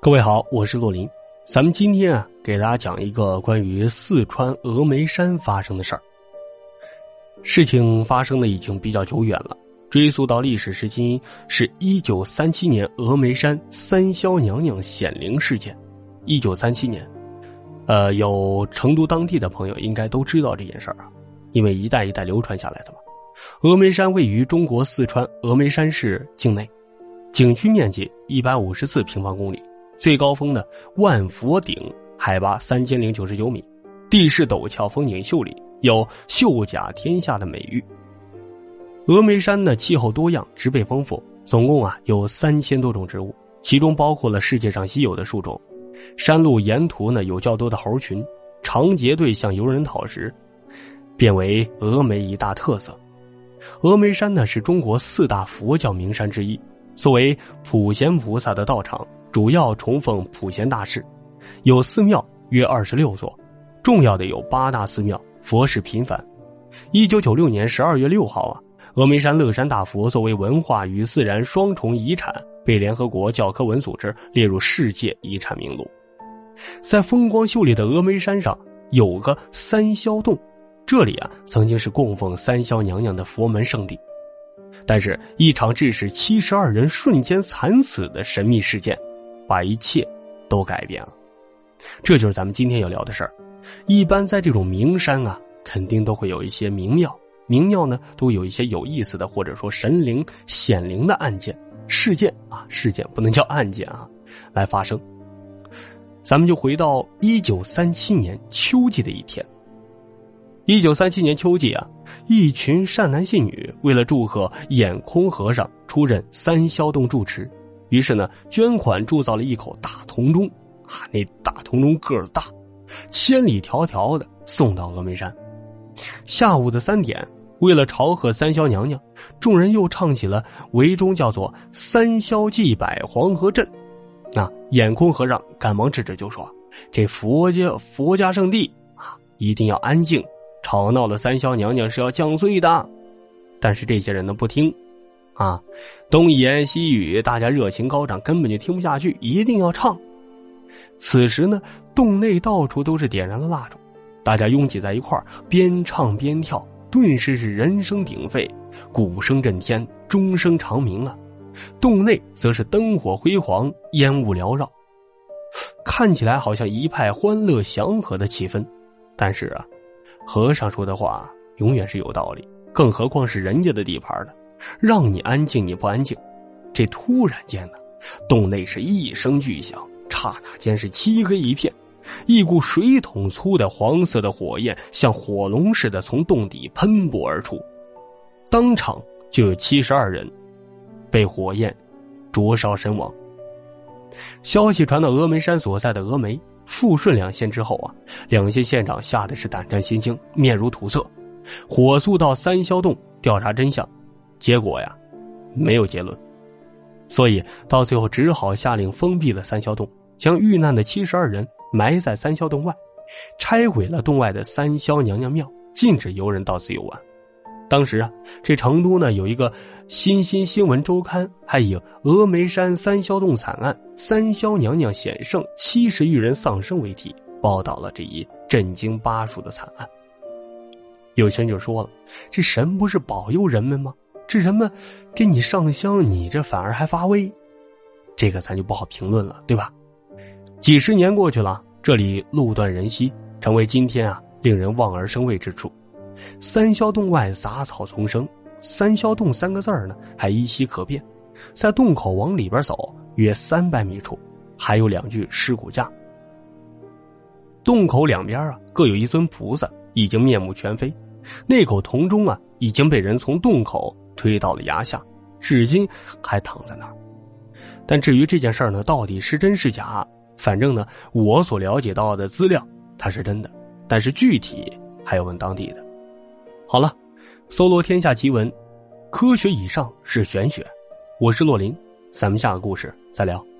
各位好，我是洛林。咱们今天给大家讲一个关于四川峨眉山发生的事儿。事情发生的已经比较久远了，追溯到历史时期是1937年峨眉山三霄娘娘显灵事件。1937年，有成都当地的朋友应该都知道这件事儿啊，因为一代一代流传下来的嘛。峨眉山位于中国四川峨眉山市境内，景区面积154平方公里。最高峰的万佛顶海拔3099米，地势陡峭，风景秀丽，有秀甲天下的美誉。峨眉山的气候多样，植被丰富，总共有3000多种植物，其中包括了世界上稀有的树种。山路沿途有较多的猴群，常结队向游人讨食，变为峨眉一大特色。峨眉山是中国4大佛教名山之一，作为普贤菩萨的道场，主要崇奉普贤大士，有寺庙约26座，重要的有8大寺庙，佛事频繁。1996年12月6号峨眉山乐山大佛作为文化与自然双重遗产，被联合国教科文组织列入世界遗产名录。在风光秀丽的峨眉山上有个三霄洞，这里曾经是供奉三霄娘娘的佛门圣地。但是一场致使72人瞬间惨死的神秘事件把一切都改变了。这就是咱们今天要聊的事儿。一般在这种名山肯定都会有一些名庙，名庙都有一些有意思的或者说神灵显灵的事件不能叫案件来发生。咱们就回到1937年秋季的一天。1937年秋季一群善男信女为了祝贺眼空和尚出任三霄洞住持，于是捐款铸造了一口大铜钟，那大铜钟个儿大，千里迢迢的送到峨眉山。下午的3点，为了朝贺三霄娘娘，众人又唱起了围中叫做三霄祭摆黄河阵。眼空和尚赶忙制止，就说这佛家圣地一定要安静，吵闹的三霄娘娘是要降罪的。但是这些人不听东一言西语，大家热情高涨，根本就听不下去，一定要唱。此时洞内到处都是点燃了蜡烛，大家拥挤在一块儿，边唱边跳，顿时是人声鼎沸，鼓声震天，钟声长鸣洞内则是灯火辉煌，烟雾缭绕，看起来好像一派欢乐祥和的气氛。但是和尚说的话永远是有道理，更何况是人家的地盘呢，让你安静你不安静。这突然间洞内是一声巨响，刹那间是漆黑一片，一股水桶粗的黄色的火焰像火龙似的从洞底喷薄而出，当场就有72人被火焰灼烧身亡。消息传到峨眉山所在的峨眉、富顺两县之后两县县长吓得是胆战心惊，面如土色，火速到三霄洞调查真相。结果没有结论，所以到最后只好下令封闭了三霄洞，将遇难的72人埋在三霄洞外，拆毁了洞外的三霄娘娘庙，禁止游人到此游玩。当时这成都有一个新兴新闻周刊，还以峨眉山三霄洞惨案，三霄娘娘显圣，70余人丧生为题，报道了这一震惊巴蜀的惨案。有些人就说了，这神不是保佑人们吗？这人们给你上香，你这反而还发威，这个咱就不好评论了，对吧？几十年过去了，这里路断人稀，成为今天令人望而生畏之处。三霄洞外杂草丛生，三霄洞3个字还依稀可辨。在洞口往里边走约300米处，还有2具尸骨架。洞口两边各有一尊菩萨，已经面目全非。那口铜钟已经被人从洞口推到了崖下，至今还躺在那儿。但至于这件事到底是真是假，反正我所了解到的资料它是真的，但是具体还要问当地的。好了，搜罗天下奇闻，科学以上是玄学。我是洛林，咱们下个故事再聊。